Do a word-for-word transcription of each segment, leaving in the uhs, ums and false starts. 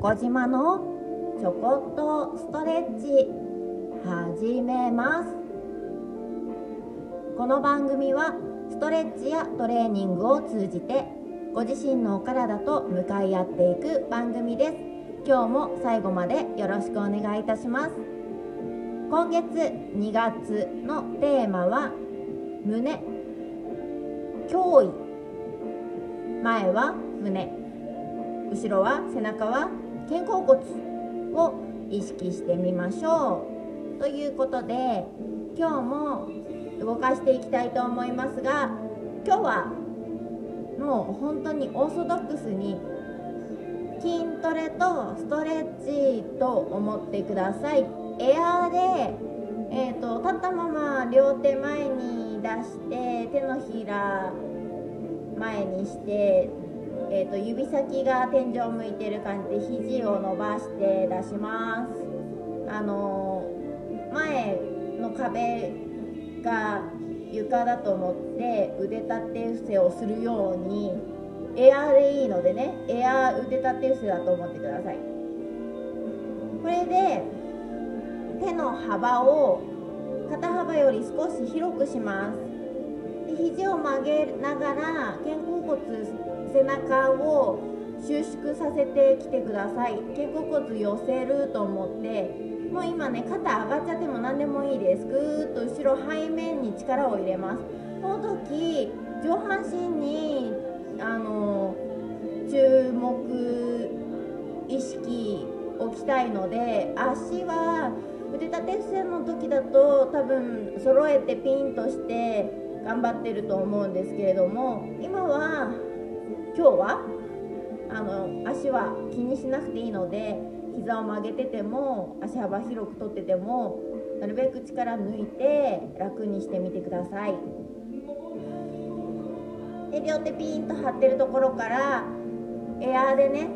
こじまのちょこっとストレッチ始めます。この番組はストレッチやトレーニングを通じてご自身のお体と向かい合っていく番組です。今日も最後までよろしくお願いいたします。今月にがつのテーマは胸、胸囲。前は胸、後ろは背中は肩甲骨を意識してみましょうということで、今日も動かしていきたいと思いますが、今日はもう本当にオーソドックスに筋トレとストレッチと思ってください。エアーで、えーと、立ったまま両手前に出して手のひら前にして、えーと、指先が天井を向いてる感じで肘を伸ばして出します。あのー、前の壁が床だと思って腕立て伏せをするように、エアーでいいのでね、エアー腕立て伏せだと思ってください。これで手の幅を肩幅より少し広くします。で肘を曲げながら肩甲骨、背中を収縮させてきてください。肩甲骨寄せると思って、もう今ね、肩上がっちゃっても何でもいいです。ぐーっと後ろ背面に力を入れます。この時上半身にあの注目意識置きたいので、足は腕立て伏せの時だと多分揃えてピンとして頑張ってると思うんですけれども、今は今日はあの足は気にしなくていいので、膝を曲げてても足幅広くとっててもなるべく力抜いて楽にしてみてください。で両手ピンと張ってるところからエアーでね、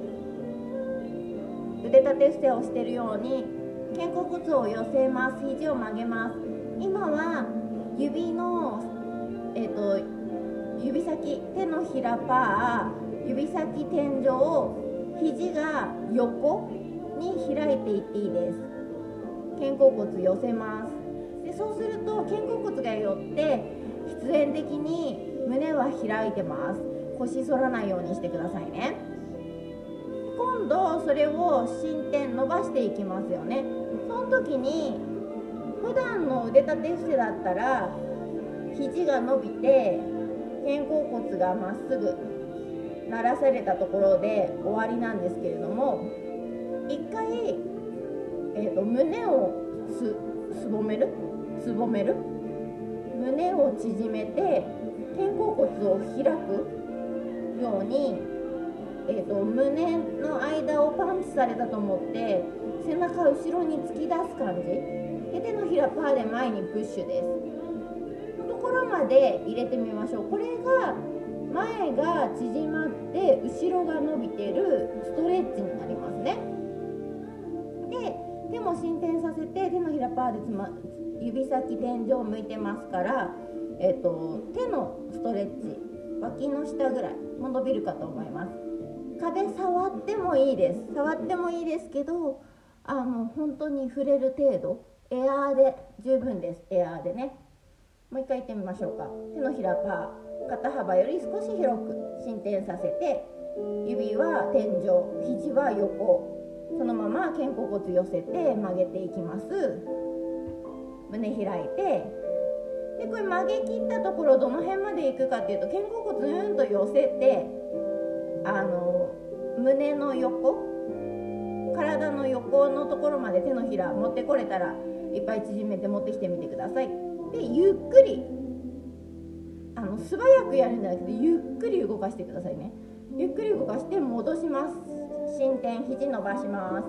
腕立て伏せをしてるように肩甲骨を寄せます。肘を曲げます。今は指の、えーと、指先、手のひらパー、指先天井、肘が横に開いていっていいです。肩甲骨寄せます。でそうすると肩甲骨が寄って必然的に胸は開いてます。腰反らないようにしてくださいね。今度それを伸展伸ばしていきますよね。その時に普段の腕立て伏せだったら肘が伸びて肩甲骨がまっすぐならされたところで終わりなんですけれども、一回、えーと、胸をすすぼめるすぼめる胸を縮めて肩甲骨を開くように、えーと、胸の間をパンチされたと思って背中後ろに突き出す感じで、手のひらパーで前にプッシュですのところまで入れてみましょう。これが前が縮まって後ろが伸びてるストレッチになりますね。で手も伸展させて手のひらパーでつ、ま、指先天井向いてますから、えーと、手のストレッチ、脇の下ぐらいも伸びるかと思います。壁触ってもいいです。触ってもいいですけど、あの本当に触れる程度、エアーで十分です。エアーでね。もう一回言ってみましょうか。手のひらパー、肩幅より少し広く伸展させて、指は天井、肘は横、そのまま肩甲骨寄せて曲げていきます。胸開いて、でこれ曲げ切ったところどの辺までいくかっていうと、肩甲骨うんと寄せて、あの胸の横、体の横のところまで手のひら持ってこれたらいっぱい縮めて持ってきてみてください。でゆっくり、あの素早くやるんじゃなくてゆっくり動かしてくださいね。ゆっくり動かして戻します。伸展、肘伸ばします。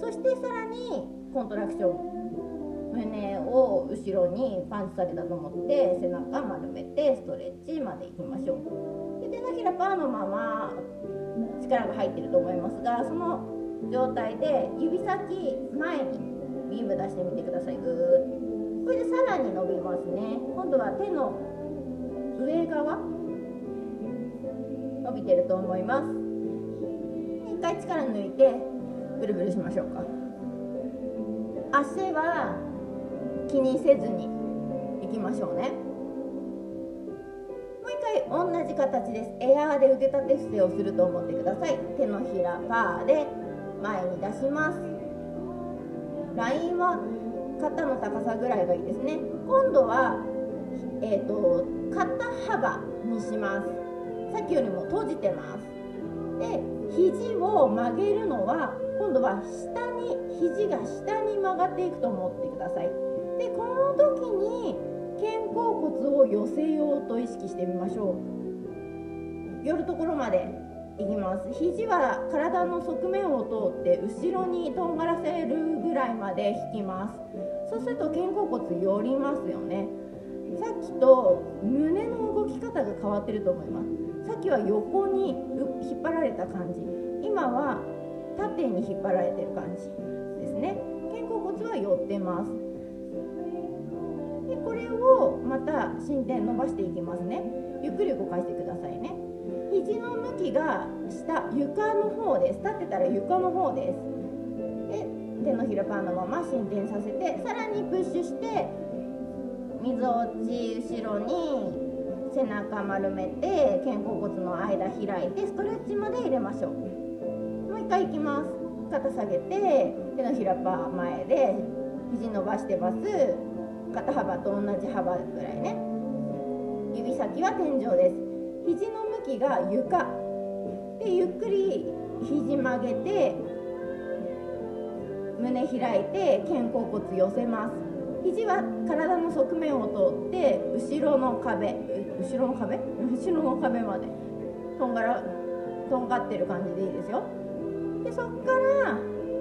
そしてさらにコントラクション、胸を後ろにパンチされたと思って背中丸めてストレッチまでいきましょう。で手のひらパーのまま力が入ってると思いますが、その状態で指先前にビーム出してみてください。ぐーっとこれでさらに伸びますね。今度は手の上側伸びてると思います。 回力抜いてブルブルしましょうか。足は気にせずにいきましょうね。もう一回同じ形です。エアーで腕立て伏せをすると思ってください。手のひらパーで前に出します。ラインは肩の高さぐらいがいいですね。今度は、えーと、肩幅にします。さっきよりも閉じてます。で、肘を曲げるのは今度は下に、肘が下に曲がっていくと思ってください。で、この時に肩甲骨を寄せようと意識してみましょう。寄るところまでいきます。肘は体の側面を通って後ろにとんがらせるぐらいまで引きます。そうすると肩甲骨寄りますよね。さっきと胸の動き方が変わってると思います。さっきは横に引っ張られた感じ、今は縦に引っ張られてる感じですね。肩甲骨は寄ってます。でこれをまた伸展伸ばしていきますね。ゆっくり動かしてくださいね。肘の向きが下、床の方です。立ってたら床の方です。で手のひらパーのまま伸展させて、さらにプッシュしてみぞおち後ろに背中丸めて肩甲骨の間開いてストレッチまで入れましょう。もう一回いきます。肩下げて手のひらパー前で肘伸ばしてます。肩幅と同じ幅ぐらいね。指先は天井です。肘の向きが床で、ゆっくり肘曲げて胸開いて肩甲骨寄せます。肘は体の側面を通って後ろの壁、後ろの壁後ろの壁までとんがらとんがってる感じでいいですよ。でそっから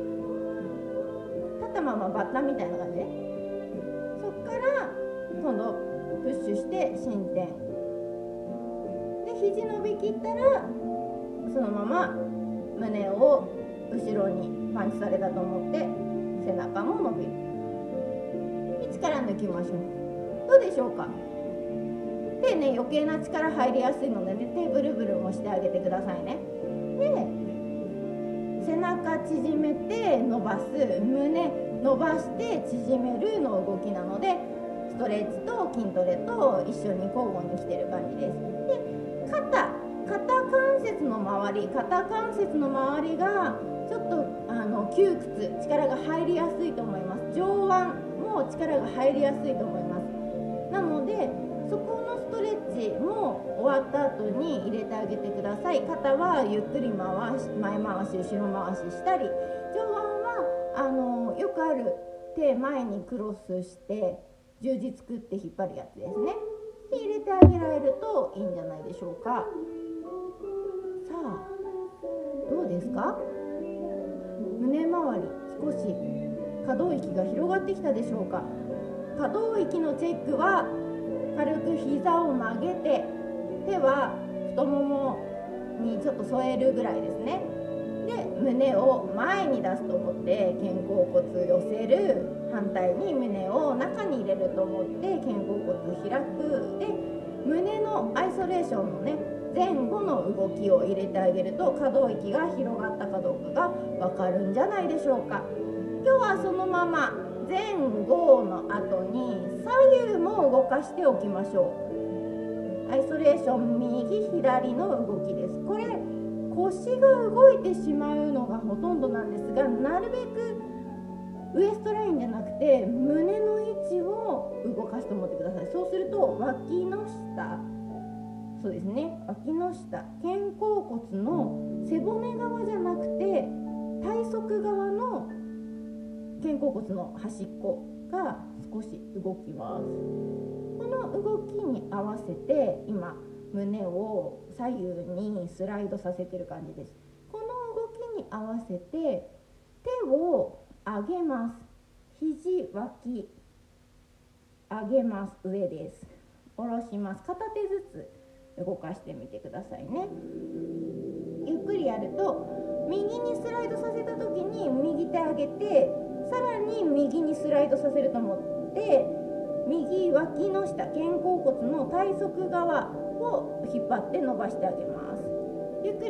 立ったままバッタみたいな感じで、そっから今度プッシュして伸展で、肘伸びきったらそのまま胸を後ろにパンチされたと思って背中も伸びる。力抜きましょう。どうでしょうか。手ね、余計な力入りやすいのでね、手ブルブルもしてあげてくださいね。で背中縮めて伸ばす、胸伸ばして縮めるの動きなので、ストレッチと筋トレと一緒に交互に来てる感じです。で肩肩関節の周り肩関節の周りがちょっとあの窮屈、力が入りやすいと思います。上腕も力が入りやすいと思います。なのでそこのストレッチも終わった後に入れてあげてください。肩はゆっくり回し前回し後ろ回ししたり、上腕はあのよくある手前にクロスして十字作って引っ張るやつですね。で入れてあげられるといいんじゃないでしょうか。さあどうですか。胸周り少し可動域が広がってきたでしょうか。可動域のチェックは軽く膝を曲げて手は太ももにちょっと添えるぐらいですね。で胸を前に出すと思って肩甲骨寄せる、反対に胸を中に入れると思って肩甲骨開く。で胸のアイソレーションのね前後の動きを入れてあげると可動域が広がったかどうかが分かるんじゃないでしょうか。今日はそのまま前後の後に左右も動かしておきましょう。アイソレーション右左の動きです。これ腰が動いてしまうのがほとんどなんですが、なるべくウエストラインじゃなくて胸の位置を動かすと思ってください。そうすると脇の下、そうですね、脇の下、肩甲骨の背骨側じゃなくて体側側の肩甲骨の端っこが少し動きます。この動きに合わせて今胸を左右にスライドさせてる感じです。この動きに合わせて手を上げます。肘脇上げます。上です。下ろします。片手ずつ動かしてみてくださいね。ゆっくりやると右にスライドさせた時に右手上げて、さらに右にスライドさせると思って右脇の下、肩甲骨の体側側を引っ張って伸ばしてあげます。ゆっくり反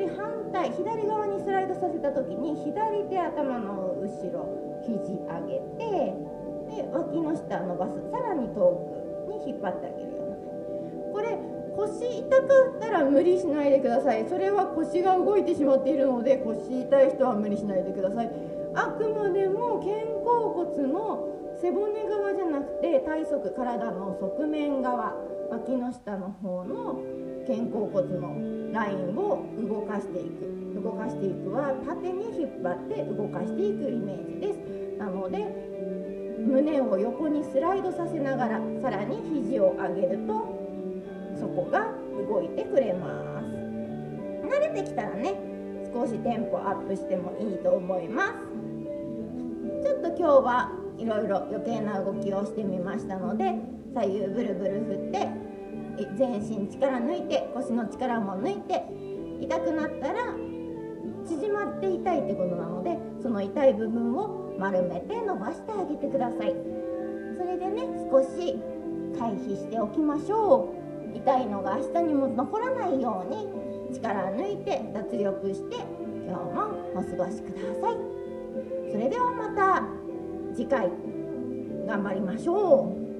反対左側にスライドさせた時に左手頭の後ろ肘上げて、で脇の下伸ばす、さらに遠くに引っ張ってあげるような。これ腰痛かったら無理しないでください。それは腰が動いてしまっているので、腰痛い人は無理しないでください。あくまでも肩甲骨の背骨側じゃなくて体側、体の側面側、脇の下の方の肩甲骨のラインを動かしていく。動かしていくは縦に引っ張って動かしていくイメージです。なので胸を横にスライドさせながら、さらに肘を上げるとそこが動いてくれます。慣れてきたらね、少しテンポアップしてもいいと思います。ちょっと今日はいろいろ余計な動きをしてみましたので、左右ブルブル振って全身力抜いて、腰の力も抜いて、痛くなったら縮まって痛いってことなので、その痛い部分を丸めて伸ばしてあげてください。それでね、少し回避しておきましょう。痛いのが明日にも残らないように力抜いて脱力して今日もお過ごしください。それではまた次回頑張りましょう。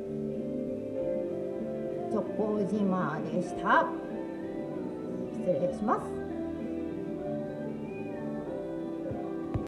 チョコ島でした。失礼します。